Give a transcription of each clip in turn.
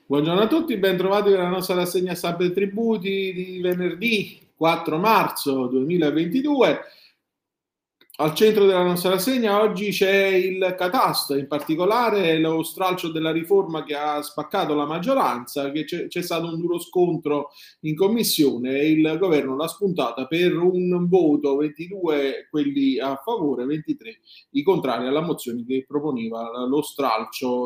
Buongiorno a tutti, ben trovati per la nostra rassegna stampa e tributi di venerdì 4 marzo 2022. Al centro della nostra rassegna oggi c'è il catasto, in particolare lo stralcio della riforma che ha spaccato la maggioranza, che c'è stato un duro scontro in commissione e il governo l'ha spuntata per un voto, 22 quelli a favore, 23 i contrari alla mozione che proponeva lo stralcio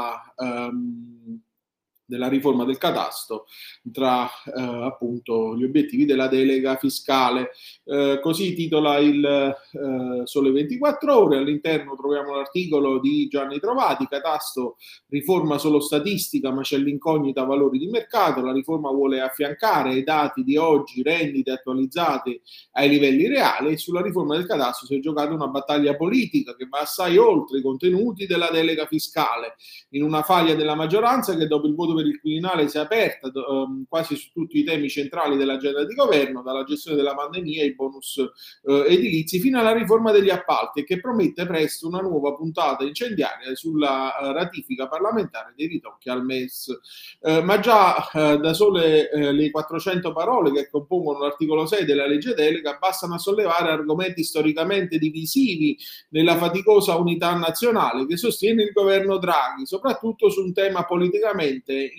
della riforma del catasto tra appunto gli obiettivi della delega fiscale. Così titola il Sole 24 Ore, all'interno troviamo l'articolo di Gianni Trovati, catasto riforma solo statistica ma c'è l'incognita valori di mercato, la riforma vuole affiancare ai dati di oggi rendite attualizzate ai livelli reali e sulla riforma del catasto si è giocata una battaglia politica che va assai oltre i contenuti della delega fiscale, in una faglia della maggioranza che dopo il voto per il Quirinale si è aperta quasi su tutti i temi centrali dell'agenda di governo, dalla gestione della pandemia ai bonus edilizi fino alla riforma degli appalti, che promette presto una nuova puntata incendiaria sulla ratifica parlamentare dei ritocchi al MES. Ma già da sole le 400 parole che compongono l'articolo 6 della legge delega bastano a sollevare argomenti storicamente divisivi nella faticosa unità nazionale che sostiene il governo Draghi, soprattutto su un tema politicamente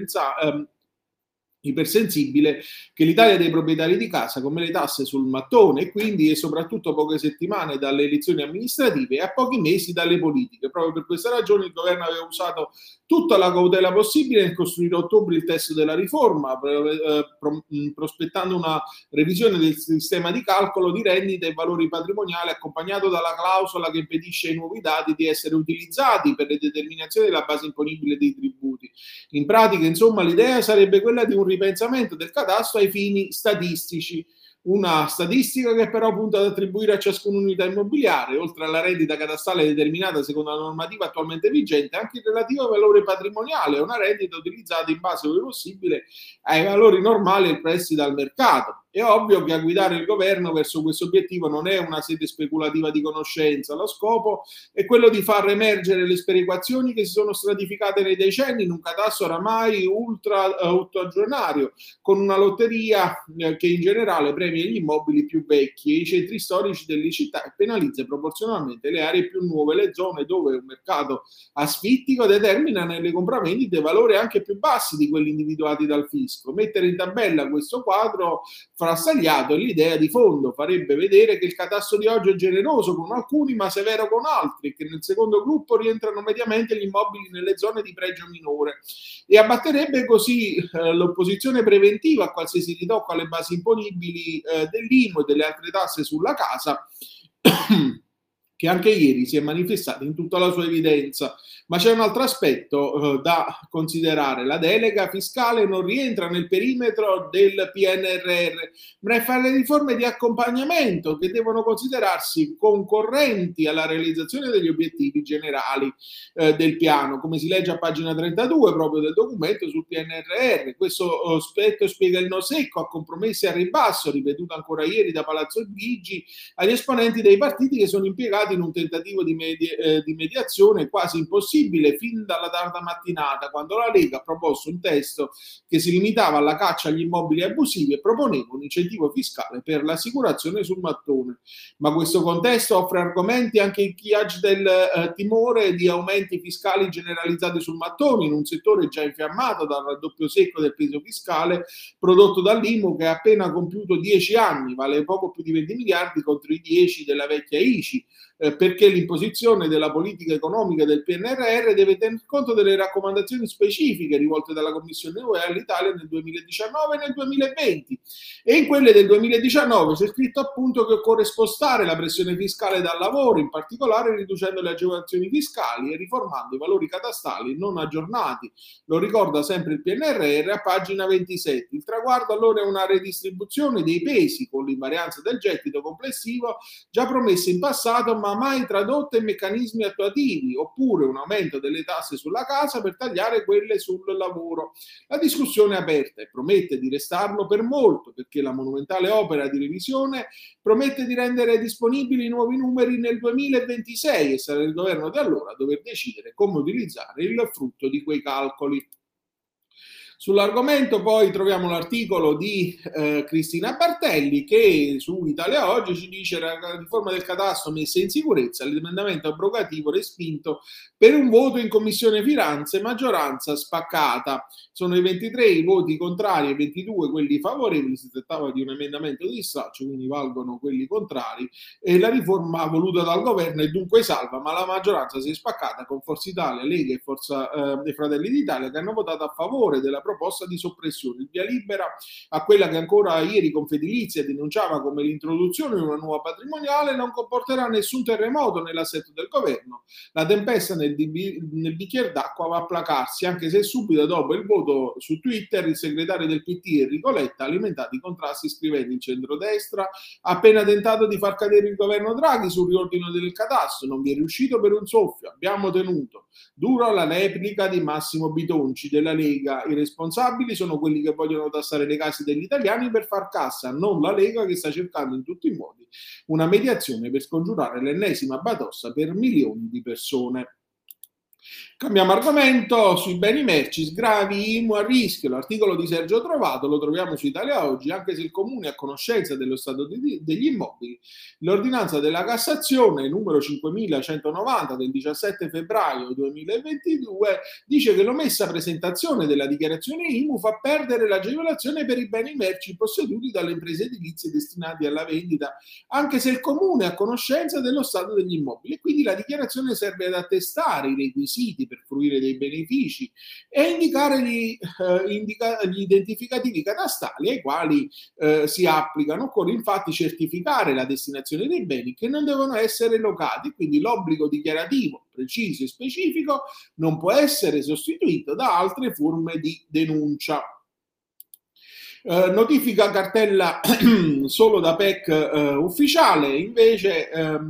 ipersensibile che l'Italia dei proprietari di casa, come le tasse sul mattone, e quindi e soprattutto poche settimane dalle elezioni amministrative e a pochi mesi dalle politiche. Proprio per questa ragione il governo aveva usato tutta la cautela possibile nel costruire a ottobre il testo della riforma, prospettando una revisione del sistema di calcolo di rendite e valori patrimoniali accompagnato dalla clausola che impedisce ai nuovi dati di essere utilizzati per le determinazioni della base imponibile dei tributi. In pratica, insomma, l'idea sarebbe quella di un ripensamento del catasto ai fini statistici, una statistica che però punta ad attribuire a ciascuna unità immobiliare, oltre alla rendita catastale determinata secondo la normativa attualmente vigente, anche il relativo valore patrimoniale, una rendita utilizzata in base, ove possibile, ai valori normali e pressi dal mercato. È ovvio che a guidare il governo verso questo obiettivo non è una sede speculativa di conoscenza, lo scopo è quello di far emergere le sperequazioni che si sono stratificate nei decenni in un catasto oramai ultra ottogenario, con una lotteria che in generale premia gli immobili più vecchi e i centri storici delle città e penalizza proporzionalmente le aree più nuove, le zone dove un mercato asfittico determina nelle compravendite valori anche più bassi di quelli individuati dal fisco. Mettere in tabella questo quadro frastagliato è l'idea di fondo, farebbe vedere che il catasto di oggi è generoso con alcuni ma severo con altri, che nel secondo gruppo rientrano mediamente gli immobili nelle zone di pregio minore, e abbatterebbe così l'opposizione preventiva a qualsiasi ritocco alle basi imponibili dell'IMU e delle altre tasse sulla casa che anche ieri si è manifestata in tutta la sua evidenza. Ma c'è un altro aspetto da considerare: la delega fiscale non rientra nel perimetro del PNRR, ma fa le riforme di accompagnamento che devono considerarsi concorrenti alla realizzazione degli obiettivi generali del piano, come si legge a pagina 32 proprio del documento sul PNRR. Questo aspetto spiega il no secco a compromessi a ribasso, ripetuto ancora ieri da Palazzo Chigi, agli esponenti dei partiti che sono impiegati in un tentativo di mediazione quasi impossibile fin dalla tarda mattinata, quando la Lega ha proposto un testo che si limitava alla caccia agli immobili abusivi e proponeva un incentivo fiscale per l'assicurazione sul mattone. Ma questo contesto offre argomenti anche in chi ha del timore di aumenti fiscali generalizzati sul mattone, in un settore già infiammato dal raddoppio secco del peso fiscale prodotto dall'IMU, che ha appena compiuto 10 anni, vale poco più di 20 miliardi contro i 10 della vecchia ICI, perché l'imposizione della politica economica del PNRR deve tener conto delle raccomandazioni specifiche rivolte dalla Commissione UE all'Italia nel 2019 e nel 2020. E in quelle del 2019 c'è scritto appunto che occorre spostare la pressione fiscale dal lavoro, in particolare riducendo le agevolazioni fiscali e riformando i valori catastali non aggiornati. Lo ricorda sempre il PNRR a pagina 27. Il traguardo allora è una redistribuzione dei pesi con l'invarianza del gettito complessivo già promessa in passato ma mai tradotte in meccanismi attuativi, oppure un aumento delle tasse sulla casa per tagliare quelle sul lavoro. La discussione è aperta e promette di restarlo per molto, perché la monumentale opera di revisione promette di rendere disponibili i nuovi numeri nel 2026 e sarà il governo di allora a dover decidere come utilizzare il frutto di quei calcoli. Sull'argomento poi troviamo l'articolo di Cristina Bartelli che su Italia Oggi ci dice la riforma del catasto messa in sicurezza, l'emendamento abrogativo respinto per un voto in commissione finanze, maggioranza spaccata. Sono i 23 i voti contrari e 22 quelli favorevoli, si trattava di un emendamento di stralcio, quindi valgono quelli contrari, e la riforma voluta dal governo è dunque salva, ma la maggioranza si è spaccata con Forza Italia, Lega e Forza dei Fratelli d'Italia che hanno votato a favore della proposta di soppressione, il via libera a quella che ancora ieri Confedilizia denunciava come l'introduzione di una nuova patrimoniale non comporterà nessun terremoto nell'assetto del governo. La tempesta nel bicchiere d'acqua va a placarsi, anche se subito dopo il voto su Twitter il segretario del PT Enrico Letta ha alimentato i contrasti scrivendo: il centrodestra ha appena tentato di far cadere il governo Draghi sul riordino del catasto, non vi è riuscito per un soffio, abbiamo tenuto. Dura la replica di Massimo Bitonci della Lega, i responsabili sono quelli che vogliono tassare le case degli italiani per far cassa, non la Lega che sta cercando in tutti i modi una mediazione per scongiurare l'ennesima batossa per milioni di persone. Cambiamo argomento sui beni merci, sgravi IMU a rischio. L'articolo di Sergio Trovato lo troviamo su Italia Oggi, anche se il Comune è a conoscenza dello stato degli immobili. L'ordinanza della Cassazione numero 5190 del 17 febbraio 2022 dice che l'omessa presentazione della dichiarazione IMU fa perdere l'agevolazione per i beni merci posseduti dalle imprese edilizie destinati alla vendita, anche se il Comune è a conoscenza dello stato degli immobili. E quindi la dichiarazione serve ad attestare i requisiti per fruire dei benefici e indicare gli identificativi catastali ai quali si applicano. Occorre infatti certificare la destinazione dei beni che non devono essere locati, quindi l'obbligo dichiarativo preciso e specifico non può essere sostituito da altre forme di denuncia. Notifica cartella solo da PEC ufficiale, invece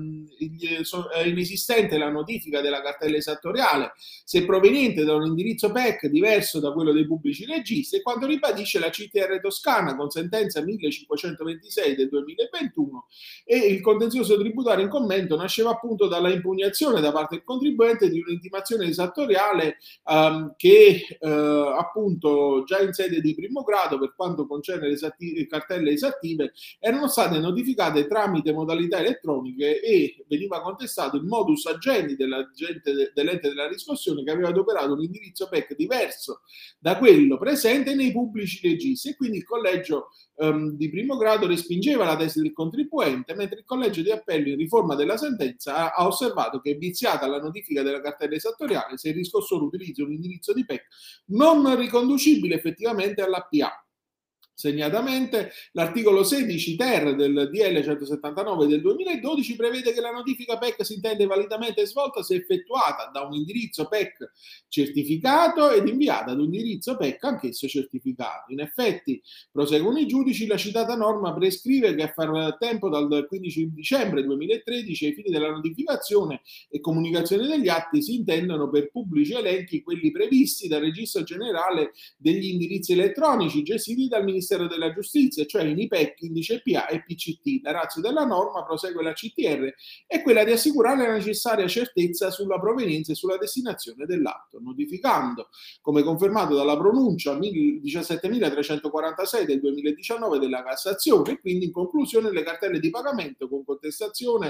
è inesistente la notifica della cartella esattoriale se proveniente da un indirizzo PEC diverso da quello dei pubblici registri, quanto ribadisce la CTR Toscana con sentenza 1526 del 2021, e il contenzioso tributario in commento nasceva appunto dalla impugnazione da parte del contribuente di un'intimazione esattoriale che appunto già in sede di primo grado, per quanto concerne le cartelle esattive, erano state notificate tramite modalità elettroniche e veniva contestato il modus agendi dell'ente della riscossione che aveva adoperato un indirizzo PEC diverso da quello presente nei pubblici registri, e quindi il collegio di primo grado respingeva la tesi del contribuente, mentre il collegio di appello in riforma della sentenza ha osservato che è viziata la notifica della cartella esattoriale se il riscossore utilizza un indirizzo di PEC non riconducibile effettivamente all'APA. Segnatamente, l'articolo 16 ter del DL 179 del 2012 prevede che la notifica PEC si intende validamente svolta se effettuata da un indirizzo PEC certificato ed inviata ad un indirizzo PEC anch'esso certificato. In effetti, proseguono i giudici, la citata norma prescrive che a far tempo dal 15 dicembre 2013 ai fini della notificazione e comunicazione degli atti si intendono per pubblici elenchi quelli previsti dal Registro Generale degli Indirizzi Elettronici gestiti dal Ministero della Giustizia, cioè in IPEC, indice PA e PCT. La ratio della norma, prosegue la CTR, è quella di assicurare la necessaria certezza sulla provenienza e sulla destinazione dell'atto, notificando, come confermato dalla pronuncia 17.346 del 2019 della Cassazione, e quindi in conclusione le cartelle di pagamento con contestazione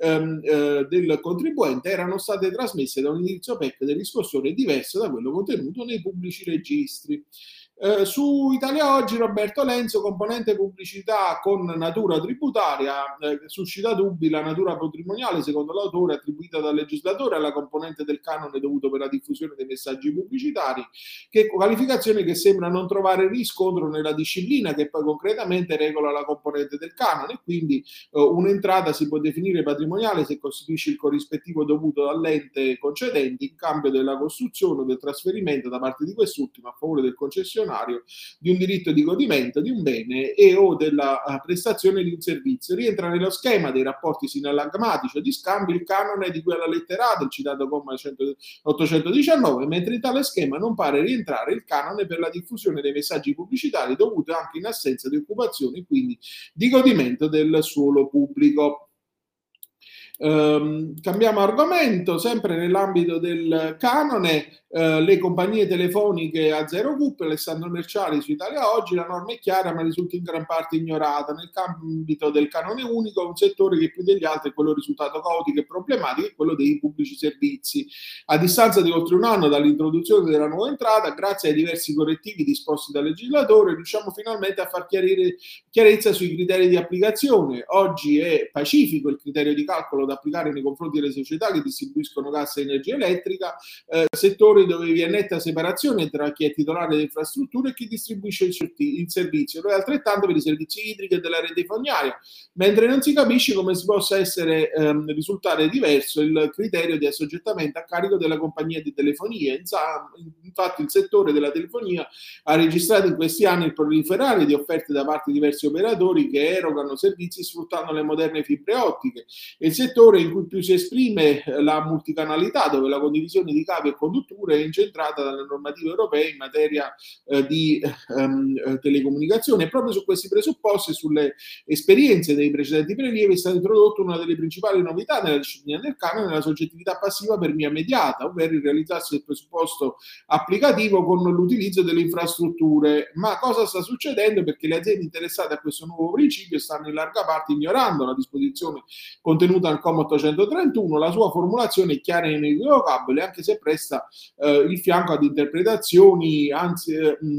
del contribuente erano state trasmesse da un indirizzo PEC del riscossore diverso da quello contenuto nei pubblici registri. Su Italia Oggi Roberto Lenzo, componente pubblicità con natura tributaria, suscita dubbi la natura patrimoniale secondo l'autore attribuita dal legislatore alla componente del canone dovuto per la diffusione dei messaggi pubblicitari, che qualificazione che sembra non trovare riscontro nella disciplina che poi concretamente regola la componente del canone. Quindi un'entrata si può definire patrimoniale se costituisce il corrispettivo dovuto dall'ente concedente in cambio della costruzione o del trasferimento da parte di quest'ultimo a favore del concessionario di un diritto di godimento di un bene e o della prestazione di un servizio. Rientra nello schema dei rapporti sinallagmatici o di scambio il canone di cui alla lettera A del citato comma 819, mentre in tale schema non pare rientrare il canone per la diffusione dei messaggi pubblicitari dovuto anche in assenza di occupazione, quindi di godimento del suolo pubblico. Cambiamo argomento, sempre nell'ambito del canone, le compagnie telefoniche a zero CUP, Alessandro Merciari su Italia Oggi, la norma è chiara ma risulta in gran parte ignorata. Nell'ambito del canone unico, un settore che più degli altri è quello risultato caotico e problematico, è quello dei pubblici servizi. A distanza di oltre un anno dall'introduzione della nuova entrata, grazie ai diversi correttivi disposti dal legislatore, riusciamo finalmente a far chiarezza sui criteri di applicazione. Oggi è pacifico il criterio di calcolo da applicare nei confronti delle società che distribuiscono gas e energia elettrica, settori dove vi è netta separazione tra chi è titolare delle infrastrutture e chi distribuisce il servizio, e altrettanto per i servizi idrici e della rete fognaria, mentre non si capisce come si possa risultare diverso il criterio di assoggettamento a carico della compagnia di telefonia. Infatti il settore della telefonia ha registrato in questi anni il proliferare di offerte da parte di diversi operatori che erogano servizi sfruttando le moderne fibre ottiche. È il settore in cui più si esprime la multicanalità, dove la condivisione di cavi e condutture è incentrata dalle normative europee in materia di telecomunicazione. E proprio su questi presupposti e sulle esperienze dei precedenti prelievi è stata introdotta una delle principali novità nella disciplina del canone, la soggettività passiva per via mediata, ovvero il realizzarsi del presupposto applicativo con l'utilizzo delle infrastrutture. Ma cosa sta succedendo? Perché le aziende interessate a questo nuovo principio stanno in larga parte ignorando la disposizione contenuta nel comma 831, la sua formulazione è chiara e inequivocabile, anche se presta il fianco ad interpretazioni, anzi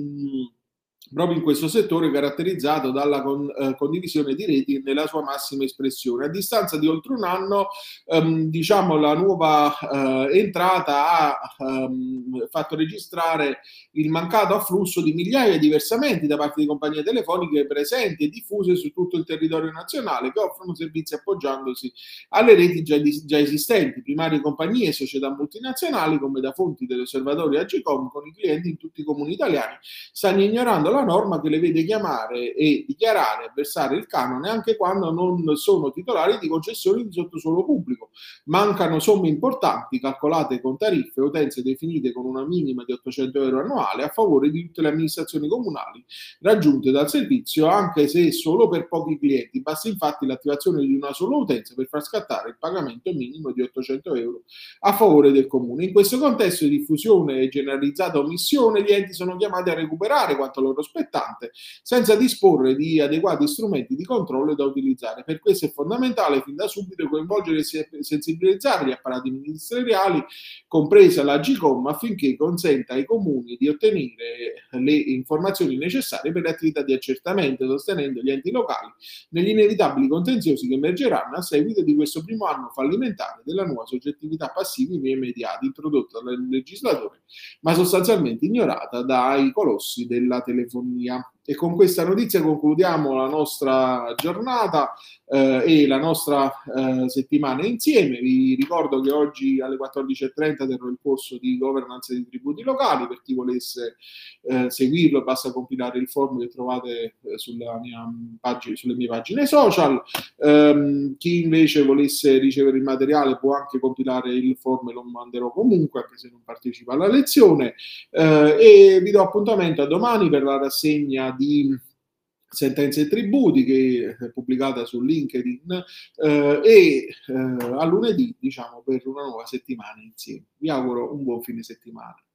proprio in questo settore caratterizzato dalla condivisione di reti nella sua massima espressione. A distanza di oltre un anno, diciamo, la nuova entrata ha fatto registrare il mancato afflusso di migliaia di versamenti da parte di compagnie telefoniche presenti e diffuse su tutto il territorio nazionale, che offrono servizi appoggiandosi alle reti già esistenti, primarie compagnie e società multinazionali, come da fonti dell'osservatorio Agcom, con i clienti in tutti i comuni italiani, stanno ignorando la norma che le vede chiamare e dichiarare e versare il canone anche quando non sono titolari di concessioni di sottosuolo pubblico. Mancano somme importanti calcolate con tariffe e utenze definite con una minima di 800 euro annuale a favore di tutte le amministrazioni comunali raggiunte dal servizio, anche se solo per pochi clienti. Basta infatti l'attivazione di una sola utenza per far scattare il pagamento minimo di 800 euro a favore del comune. In questo contesto di diffusione e generalizzata omissione, gli enti sono chiamati a recuperare quanto loro spettante, senza disporre di adeguati strumenti di controllo da utilizzare. Per questo è fondamentale fin da subito coinvolgere e sensibilizzare gli apparati ministeriali, compresa la Agcom, affinché consenta ai comuni di ottenere le informazioni necessarie per le attività di accertamento, sostenendo gli enti locali negli inevitabili contenziosi che emergeranno a seguito di questo primo anno fallimentare della nuova soggettività passiva e immediata introdotta dal legislatore, ma sostanzialmente ignorata dai colossi della telefonia. E con questa notizia concludiamo la nostra giornata e la nostra settimana insieme. Vi ricordo che oggi alle 14:30 terrò il corso di governance dei tributi locali. Per chi volesse seguirlo basta compilare il form che trovate sulle mie pagine social. Chi invece volesse ricevere il materiale può anche compilare il form e lo manderò comunque, anche se non partecipa alla lezione. E vi do appuntamento a domani per la rassegna di Sentenze e Tributi, che è pubblicata su LinkedIn, e a lunedì, diciamo, per una nuova settimana insieme. Vi auguro un buon fine settimana.